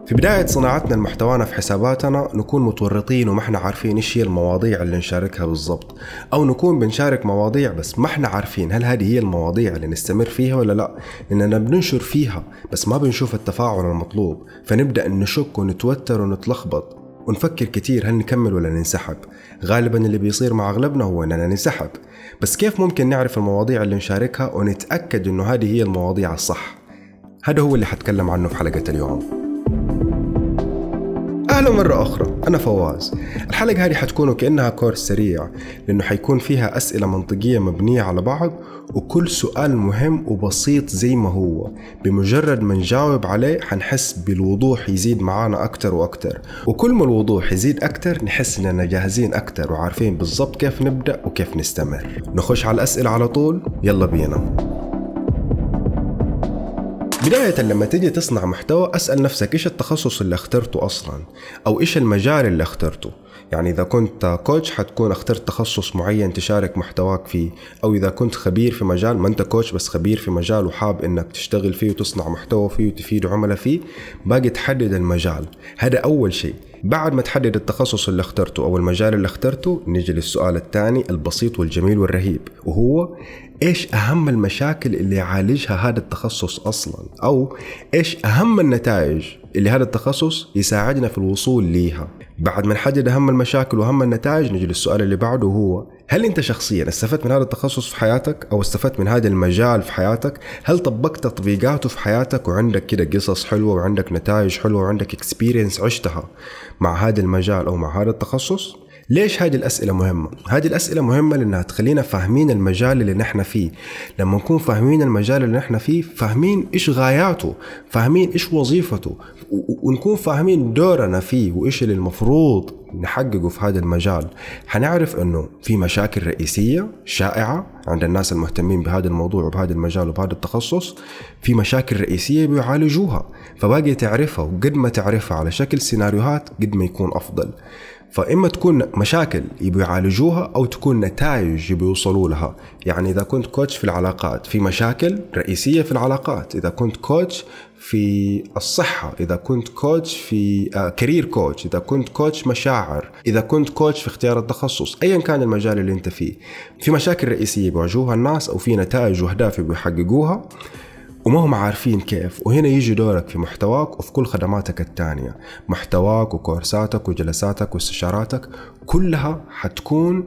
في بداية صناعتنا لمحتوانا في حساباتنا نكون متورطين وما احنا عارفين ايش هي المواضيع اللي نشاركها بالضبط، او نكون بنشارك مواضيع بس ما احنا عارفين هل هذه هي المواضيع اللي نستمر فيها ولا لا، لاننا بننشر فيها بس ما بنشوف التفاعل المطلوب، فنبدأ نشك ونتوتر ونتلخبط ونفكر كتير هل نكمل ولا ننسحب. غالبا اللي بيصير مع اغلبنا هو اننا ننسحب. بس كيف ممكن نعرف المواضيع اللي نشاركها ونتأكد انه هذه هي المواضيع الصح؟ هذا هو اللي حتكلم عنه في حلقة اليوم. أهلا مرة أخرى، أنا فواز. الحلقة هذه حتكون كأنها كورس سريع، لأنه حيكون فيها أسئلة منطقية مبنية على بعض، وكل سؤال مهم وبسيط زي ما هو، بمجرد ما نجاوب عليه حنحس بالوضوح يزيد معانا أكتر وأكتر، وكل ما الوضوح يزيد أكتر نحس إننا جاهزين أكتر وعارفين بالضبط كيف نبدأ وكيف نستمر. نخش على الأسئلة على طول، يلا بينا. بداية لما تيجي تصنع محتوى أسأل نفسك إيش التخصص اللي اخترته أصلا، أو إيش المجال اللي اخترته. يعني إذا كنت كوتش حتكون اخترت تخصص معين تشارك محتواك فيه، أو إذا كنت خبير في مجال ما أنت كوتش بس خبير في مجال وحاب إنك تشتغل فيه وتصنع محتوى فيه وتفيد عملاء فيه، باقي تحدد المجال. هذا أول شيء. بعد ما تحدد التخصص اللي اخترته أو المجال اللي اخترته، نيجي للسؤال الثاني البسيط والجميل والرهيب، وهو إيش أهم المشاكل اللي يعالجها هذا التخصص أصلا، أو إيش أهم النتائج اللي هذا التخصص يساعدنا في الوصول ليها. بعد ما نحدد أهم المشاكل وأهم النتائج، نيجي للسؤال اللي بعده، هو هل أنت شخصيا استفدت من هذا التخصص في حياتك، أو استفدت من هذا المجال في حياتك؟ هل طبقت تطبيقاته في حياتك وعندك كده قصص حلوة وعندك نتائج حلوة وعندك اكسبيرينس عشتها مع هذا المجال أو مع هذا التخصص؟ ليش هذه الأسئلة مهمة؟ هذه الأسئلة مهمة لأنها تخلينا فاهمين المجال اللي نحن فيه. لما نكون فاهمين المجال اللي نحن فيه، فاهمين إيش غاياته، فاهمين إيش وظيفته، ونكون فاهمين دورنا فيه وإيش اللي المفروض نحققه في هذا المجال، حنعرف أنه في مشاكل رئيسية شائعة عند الناس المهتمين بهذا الموضوع وبهذا المجال وبهذا التخصص. في مشاكل رئيسية بيعالجوها، فباقي تعرفها، وقد ما تعرفها على شكل سيناريوهات قد ما يكون أفضل. فإما تكون مشاكل يبوا يعالجوها أو تكون نتائج يبوا يوصلوا لها. يعني إذا كنت كوتش في العلاقات، في مشاكل رئيسية في العلاقات. إذا كنت كوتش في الصحة، إذا كنت كوتش في كارير كوتش، إذا كنت كوتش مشاعر، إذا كنت كوتش في اختيار التخصص، أيا كان المجال اللي أنت فيه، في مشاكل رئيسية بيواجهوها الناس، أو في نتائج وأهداف بيحققوها وما هم عارفين كيف. وهنا يجي دورك في محتواك وفي كل خدماتك التانية. محتواك وكورساتك وجلساتك واستشاراتك كلها حتكون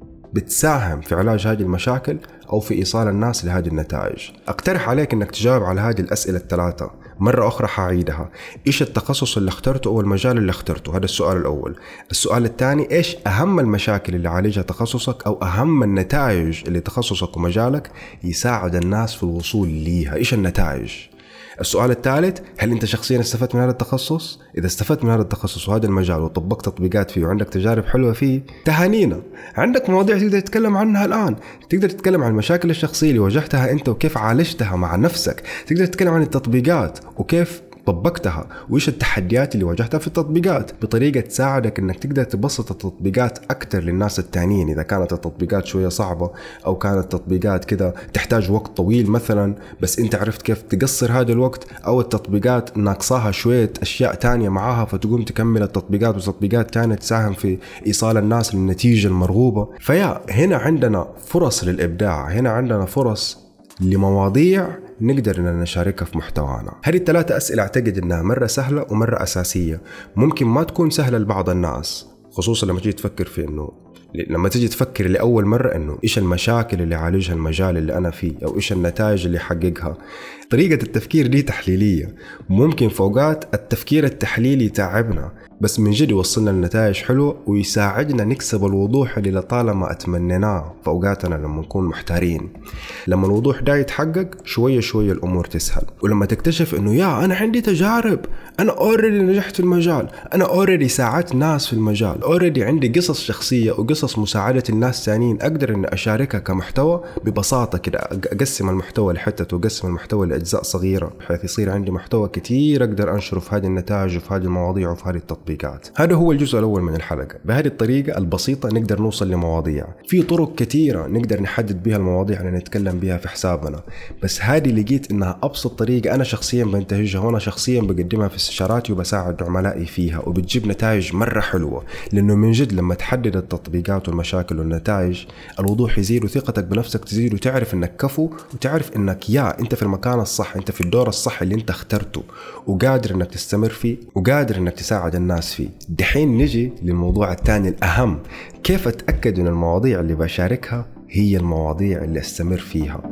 بتساهم في علاج هذه المشاكل أو في إيصال الناس لهذه النتائج. أقترح عليك أنك تجاوب على هذه الأسئلة الثلاثة مرة أخرى، حعيدها. إيش التخصص اللي اخترته أو المجال اللي اخترته؟ هذا السؤال الأول. السؤال الثاني، إيش أهم المشاكل اللي عالجها تخصصك، أو أهم النتائج اللي تخصصك ومجالك يساعد الناس في الوصول ليها؟ إيش النتائج؟ السؤال الثالث، هل أنت شخصيا استفدت من هذا التخصص؟ إذا استفدت من هذا التخصص وهذا المجال وطبقت تطبيقات فيه وعندك تجارب حلوة فيه، تهانينا، عندك مواضيع تقدر تتكلم عنها الآن. تقدر تتكلم عن المشاكل الشخصية اللي واجهتها أنت وكيف عالجتها مع نفسك. تقدر تتكلم عن التطبيقات وكيف طبقتها وإيش التحديات اللي واجهتها في التطبيقات، بطريقة تساعدك إنك تقدر تبسط التطبيقات أكتر للناس التانيين. إذا كانت التطبيقات شوية صعبة، أو كانت تطبيقات كده تحتاج وقت طويل مثلا، بس أنت عرفت كيف تقصر هذا الوقت، أو التطبيقات ناقصاها شوية أشياء تانية معاها فتقوم تكمل التطبيقات وتطبيقات تانية تساهم في إيصال الناس للنتيجة المرغوبة. فيا هنا عندنا فرص للإبداع، هنا عندنا فرص لمواضيع نقدر أن نشاركها في محتوانا. هذه الثلاثة أسئلة أعتقد أنها مرة سهلة ومرة أساسية. ممكن ما تكون سهلة لبعض الناس، خصوصا لما تيجي تفكر في أنه لما تيجي تفكر لأول مرة أنه إيش المشاكل اللي عالجها المجال اللي أنا فيه، أو إيش النتائج اللي حققها. طريقة التفكير دي تحليلية، ممكن فوقات التفكير التحليلي يتعبنا، بس من جد يوصلنا لنتائج حلوة ويساعدنا نكسب الوضوح اللي لطالما أتمنيناه فوقاتنا لما نكون محتارين. لما الوضوح ده يتحقق شوية شوية الأمور تسهل. ولما تكتشف أنه أنا عندي تجارب، أنا أوريدي نجحت في المجال، أنا أوريدي ساعدت ناس في المجال، أوريدي عندي قصص شخصية وقصص مساعدة الناس ثانيين أقدر أن أشاركها كمحتوى ببساطة كده. أقسم المحتوى لحتة وأقسم المحتوى لأجزاء صغيرة، بحيث يصير عندي محتوى كتير أقدر أنشره في هذه النتائج وفي هذه المواضيع وفي هذه التطبيقات. التطبيقات. هذا هو الجزء الأول من الحلقة. بهذه الطريقة البسيطة نقدر نوصل لمواضيع. في طرق كثيرة نقدر نحدد بها المواضيع اللي نتكلم بها في حسابنا، بس هذه لقيت إنها أبسط طريقة أنا شخصيا بنتهجها، وأنا شخصيا بقدمها في استشاراتي وبساعد عملائي فيها، وبتجيب نتائج مرة حلوة. لأنه من جد لما تحدد التطبيقات والمشاكل والنتائج الوضوح يزيد وثقتك بنفسك تزيد، وتعرف إنك كفو، وتعرف إنك أنت في المكان الصح، أنت في الدور الصح اللي أنت اخترته، وقادر إنك تستمر فيه، وقادر إنك تساعد الناس فيه. دحين نجي للموضوع الثاني الأهم، كيف أتأكد إن المواضيع اللي بشاركها هي المواضيع اللي أستمر فيها.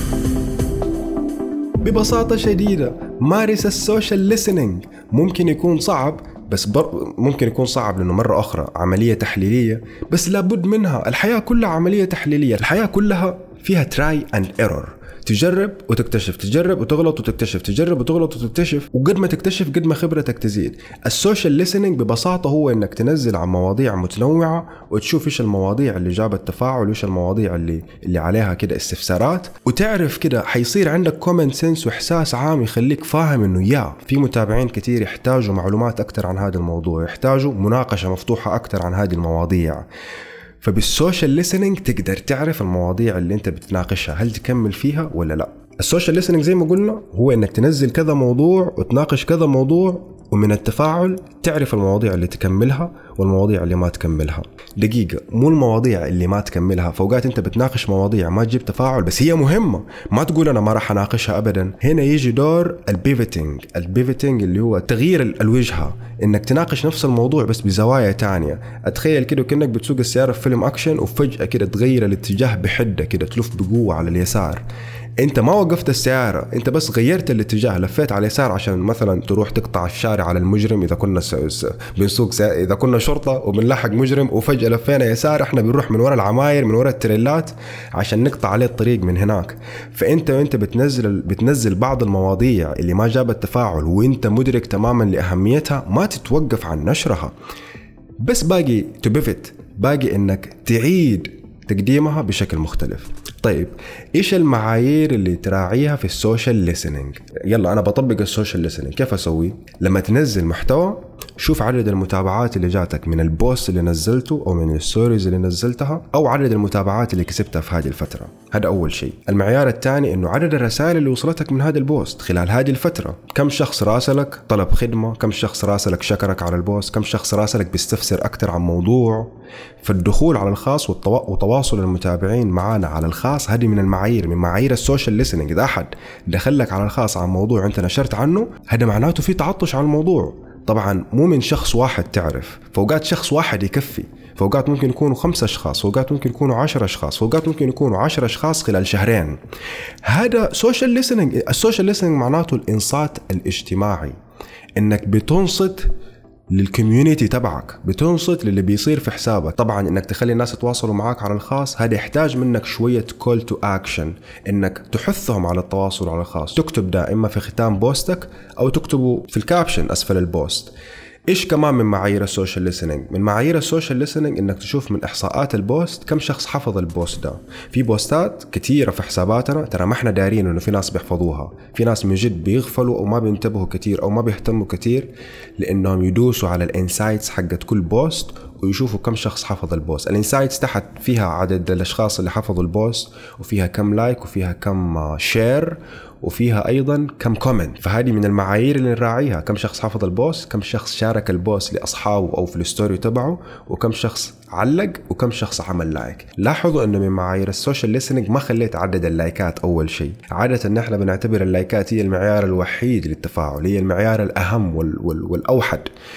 ببساطة شديدة مارس السوشيال ليسنينج. ممكن يكون صعب، بس ممكن يكون صعب لأنه مرة أخرى عملية تحليلية، بس لابد منها. الحياة كلها عملية تحليلية، الحياة كلها فيها try and error. تجرب وتكتشف، تجرب وتغلط وتكتشف، تجرب وتغلط وتكتشف، وقد ما تكتشف قد ما خبرتك تزيد. السوشيال ليسنينج ببساطة هو انك تنزل عن مواضيع متنوعة وتشوف ايش المواضيع اللي جابت تفاعل، وايش المواضيع اللي عليها كده استفسارات، وتعرف كده حيصير عندك كومن سنس واحساس عام يخليك فاهم انه في متابعين كتير يحتاجوا معلومات اكتر عن هذا الموضوع، يحتاجوا مناقشة مفتوحة اكتر عن هذه المواضيع. فبالسوشيال ليسنينج تقدر تعرف المواضيع اللي انت بتناقشها هل تكمل فيها ولا لا. السوشيال ليسنينج زي ما قلنا هو انك تنزل كذا موضوع وتناقش كذا موضوع، ومن التفاعل تعرف المواضيع اللي تكملها والمواضيع اللي ما تكملها. دقيقة، مو المواضيع اللي ما تكملها، فوقات انت بتناقش مواضيع ما تجيب تفاعل بس هي مهمة، ما تقول انا ما راح اناقشها ابدا. هنا يجي دور البيفتنج اللي هو تغيير الوجهة، انك تناقش نفس الموضوع بس بزوايا تانية. اتخيل كده كأنك بتسوق السيارة في فيلم اكشن وفجأة كده تغير الاتجاه بحدة كده، تلف بقوة على اليسار. انت ما وقفت السيارة، انت بس غيرت الاتجاه، لفيت على اليسار عشان مثلا تروح تقطع الشارع على المجرم. اذا كنا بنسوق اذا كنا شرطة وبنلاحق مجرم وفجأة لفينا يسار، احنا بنروح من وراء العماير من وراء التريلات عشان نقطع عليه الطريق من هناك. وانت بتنزل بعض المواضيع اللي ما جابت تفاعل وانت مدرك تماما لأهميتها، ما تتوقف عن نشرها، بس باقي تبفت، باقي انك تعيد تقديمها بشكل مختلف. طيب ايش المعايير اللي تراعيها في السوشيال ليسنينج؟ يلا انا بطبق السوشيال ليسنينج. كيف اسوي؟ لما تنزل محتوى شوف عدد المتابعات اللي جاتك من البوست اللي نزلته او من الستوريز اللي نزلتها، او عدد المتابعات اللي كسبتها في هذه الفترة. هذا اول شيء. المعيار الثاني انه عدد الرسائل اللي وصلتك من هذا البوست خلال هذه الفترة. كم شخص راسلك طلب خدمة، كم شخص راسلك شكرك على البوست، كم شخص راسلك بيستفسر اكثر عن موضوع. فالدخول على الخاص وتواصل المتابعين معنا على الخاص هذه من المعايير، من معايير السوشيال ليسنينج. اذا احد دخلك على الخاص عن موضوع انت نشرت عنه، هذا معناته في تعطش على الموضوع. طبعا مو من شخص واحد تعرف، فوقات شخص واحد يكفي، فوقات ممكن يكونوا 5 أشخاص، فوقات ممكن يكونوا 10 أشخاص، فوقات ممكن يكونوا 10 أشخاص خلال شهرين. هذا سوشيال ليسنينج. السوشيال ليسنينج معناته الإنصات الاجتماعي، إنك بتنصت للكوميونيتي تبعك، بتنصت للي بيصير في حسابك. طبعا انك تخلي الناس يتواصلوا معاك على الخاص هذا يحتاج منك شوية كول تو اكشن، انك تحثهم على التواصل على الخاص. تكتب دائما في ختام بوستك او تكتبه في الكابشن اسفل البوست. ايش كمان من معايير السوشيال ليسنينج؟ من معايير السوشيال ليسنينج انك تشوف من احصاءات البوست كم شخص حفظ البوست ده. في بوستات كثيره في حساباتنا ترى ما احنا دارين انه في ناس بيحفظوها، في ناس من جد بيغفلوا او ما بينتبهوا كثير او ما بيهتموا كثير، لانهم يدوسوا على الانسايتس حقت كل بوست ويشوفوا كم شخص حفظ البوست. الانسايتس تحت فيها عدد الاشخاص اللي حفظوا البوست، وفيها كم لايك، وفيها كم شير، وفيها أيضا كم كومنت. فهذه من المعايير اللي نراعيها، كم شخص حفظ البوست، كم شخص شارك البوست لأصحابه أو في الستوري تبعه، وكم شخص علق، وكم شخص عمل لايك. لاحظوا أنه من معايير السوشيال ليسنينج ما خليت عدد اللايكات أول شيء. عادة نحن بنعتبر اللايكات هي المعيار الوحيد للتفاعل، هي المعيار الأهم والأوحد،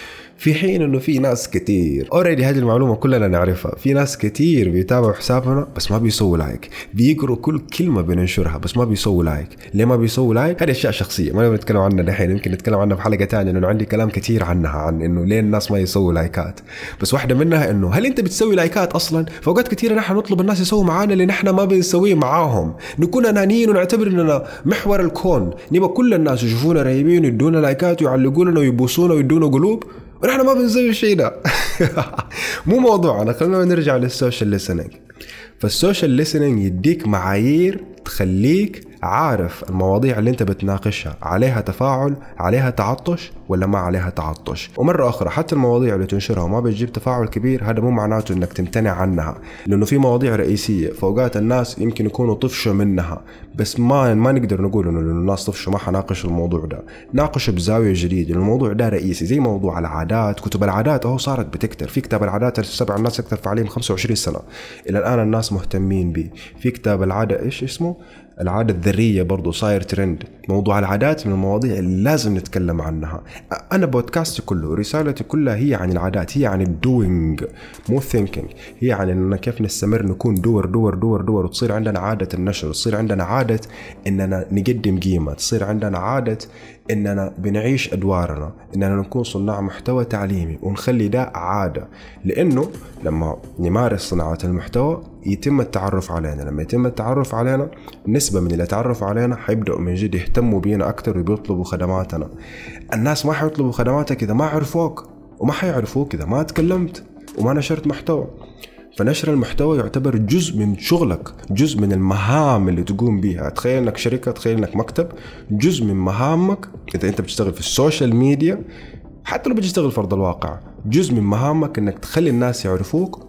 في حين انه في ناس كتير اوريدي، هذه المعلومه كلنا نعرفها، في ناس كتير بيتابعوا حسابنا بس ما بيسووا لايك، بيقروا كل كلمه بننشرها بس ما بيسووا لايك. ليه ما بيسووا لايك؟ هذه اشياء شخصيه ما بنتكلم عنها الحين، يمكن نتكلم عنها في حلقه ثانيه لانه عندي كلام كتير عنها، عن انه ليه الناس ما يسووا لايكات. بس واحده منها انه هل انت بتسوي لايكات اصلا؟ فوقات كتير نحن نطلب الناس يسووا معانا اللي نحن ما بنسويه معاهم، نكون انانيين ونعتبر اننا محور الكون، نبغى كل الناس يشوفونا رهيبين ويدونا لايكات ويعلقونا ويبوسونا ويدونا قلوب، ونحن ما بنسوي الشيء ده. مو موضوعنا، خلينا نرجع للسوشيال ليسنينج. فالسوشيال ليسنينج يديك معايير تخليك عارف المواضيع اللي انت بتناقشها عليها تفاعل، عليها تعطش ولا ما عليها تعطش. ومرة أخرى حتى المواضيع اللي تنشرها وما بتجيب تفاعل كبير، هذا مو معناته انك تمتنع عنها، لأنه في مواضيع رئيسية فوقات الناس يمكن يكونوا طفشوا منها، بس ما نقدر نقول انه الناس طفشوا ما حناقش الموضوع ده، ناقش بزاوية جديدة. الموضوع ده رئيسي، زي موضوع العادات. كتب العادات اهو صارت بتكتر، في كتاب العادات السبع الناس اكثر فعالية 25 سنة الى الان الناس مهتمين به. في كتاب العادة ايش اسمه، العادة الذرية برضو صاير ترند. موضوع العادات من المواضيع اللي لازم نتكلم عنها. أنا بودكاستي كله رسالتي كلها هي عن العادات، هي عن الدوينج مو ثينكينج، هي عن إننا كيف نستمر نكون دور وتصير عندنا عادة النشر، تصير عندنا عادة إننا نقدم قيمة، تصير عندنا عادة إننا بنعيش أدوارنا، إننا نكون صناع محتوى تعليمي ونخلي ده عادة. لأنه لما نمارس صناعة المحتوى يتم التعرف علينا، لما يتم التعرف علينا نسبة من اللي تعرفوا علينا حيبدأوا من جد يهتموا بينا أكتر وبيطلبوا خدماتنا. الناس ما حيطلبوا خدماتك إذا ما عرفوك، وما حيعرفوك إذا ما تكلمت وما نشرت محتوى. فنشر المحتوى يعتبر جزء من شغلك، جزء من المهام اللي تقوم بيها. تخيل انك شركة، تخيل انك مكتب، جزء من مهامك اذا انت بتشتغل في السوشيال ميديا، حتى لو بتشتغل في ارض الواقع، جزء من مهامك انك تخلي الناس يعرفوك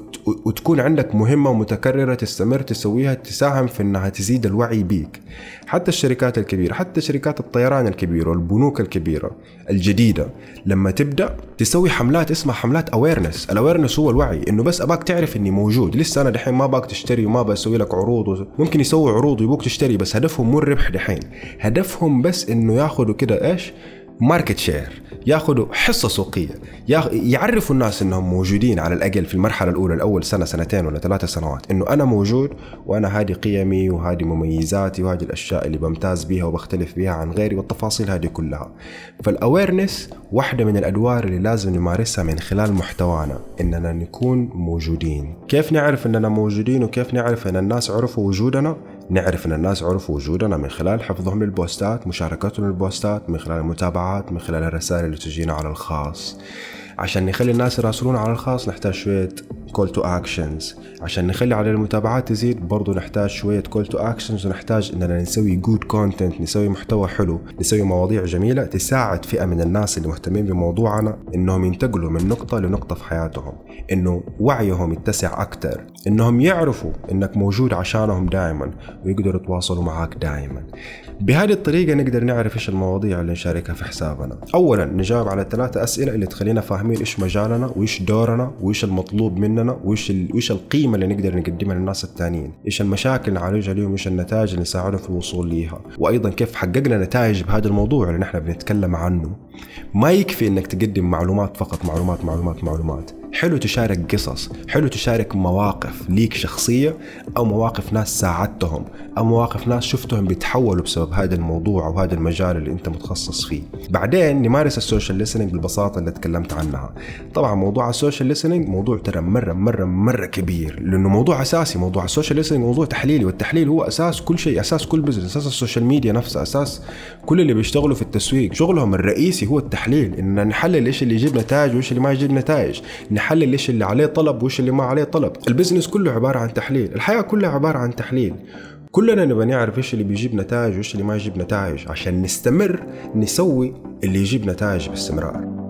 وتكون عندك مهمة متكررة تستمر تسويها، تساهم في انها تزيد الوعي بيك. حتى الشركات الكبيرة، حتى شركات الطيران الكبيرة والبنوك الكبيرة الجديدة، لما تبدأ تسوي حملات اسمها حملات awareness. الاويرنس هو الوعي، انه بس اباك تعرف اني موجود. لسه انا دحين ما باك تشتري وما بسوي لك عروض، ممكن يسوي عروض ويبوك تشتري، بس هدفهم مو الربح دحين، هدفهم بس انه ياخذوا كده ايش، ماركت شير، ياخذوا حصة سوقية، يعرفوا الناس انهم موجودين على الاقل في المرحلة الاولى، الاول سنة سنتين ولا 3 سنوات، انه انا موجود وانا هذه قيمي وهذه مميزاتي وهذه الاشياء اللي بمتاز بيها وبختلف بيها عن غيري والتفاصيل هذه كلها. فالاويرنس واحدة من الادوار اللي لازم نمارسها من خلال محتوانا، اننا نكون موجودين. كيف نعرف اننا موجودين وكيف نعرف ان الناس عرفوا وجودنا؟ نعرف ان الناس عرفوا وجودنا من خلال حفظهم للبوستات، مشاركتهم للبوستات، من خلال المتابعات، من خلال الرسائل اللي تجينا على الخاص. عشان نخلي الناس يراسلونا على الخاص نحتاج شوية call to actions. عشان نخلي على المتابعات تزيد برضو نحتاج شوية call to actions، ونحتاج اننا نسوي good content، نسوي محتوى حلو، نسوي مواضيع جميلة تساعد فئة من الناس اللي مهتمين بموضوعنا انهم ينتقلوا من نقطة لنقطة في حياتهم، انه وعيهم يتسع اكتر، انهم يعرفوا انك موجود عشانهم دائما ويقدروا يتواصلوا معاك دائما. بهذه الطريقة نقدر نعرف ايش المواضيع اللي نشاركها في حسابنا. اولا نجاوب على 3 أسئلة اللي تخلينا فاهمين ايش مجالنا وايش دورنا وايش المطلوب مننا وايش القيمة اللي نقدر نقدمها للناس التانيين، ايش المشاكل اللي نعالجها لهم، ايش النتائج اللي نساعدهم في الوصول ليها، وايضا كيف حققنا نتائج بهذا الموضوع اللي نحن بنتكلم عنه. ما يكفي انك تقدم معلومات فقط، معلومات. حلو تشارك قصص، حلو تشارك مواقف ليك شخصية، أو مواقف ناس ساعدتهم، أو مواقف ناس شفتهم بيتحولوا بسبب هذا الموضوع أو هذا المجال اللي أنت متخصص فيه. بعدين نمارس السوشيال ليسنينج بالبساطة اللي تكلمت عنها. طبعا موضوع السوشيال ليسنينج موضوع ترى مرة كبير، لأنه موضوع أساسي. موضوع السوشيال ليسنينج موضوع تحليلي، والتحليل هو أساس كل شيء، أساس كل بزنس، أساس السوشيال ميديا نفسها، أساس كل اللي بيشتغلوا في التسويق. شغلهم الرئيسي هو التحليل، إننا نحلل إيش اللي يجيب نتائج وإيش اللي ما يجيب نتائج، نحلل إيش اللي عليه طلب وإيش اللي ما عليه طلب. البزنس كله عبارة عن تحليل، الحياة كلها عبارة عن تحليل. كلنا نبغى نعرف إيش اللي بيجيب نتائج وإيش اللي ما يجيب نتائج، عشان نستمر نسوي اللي يجيب نتائج باستمرار.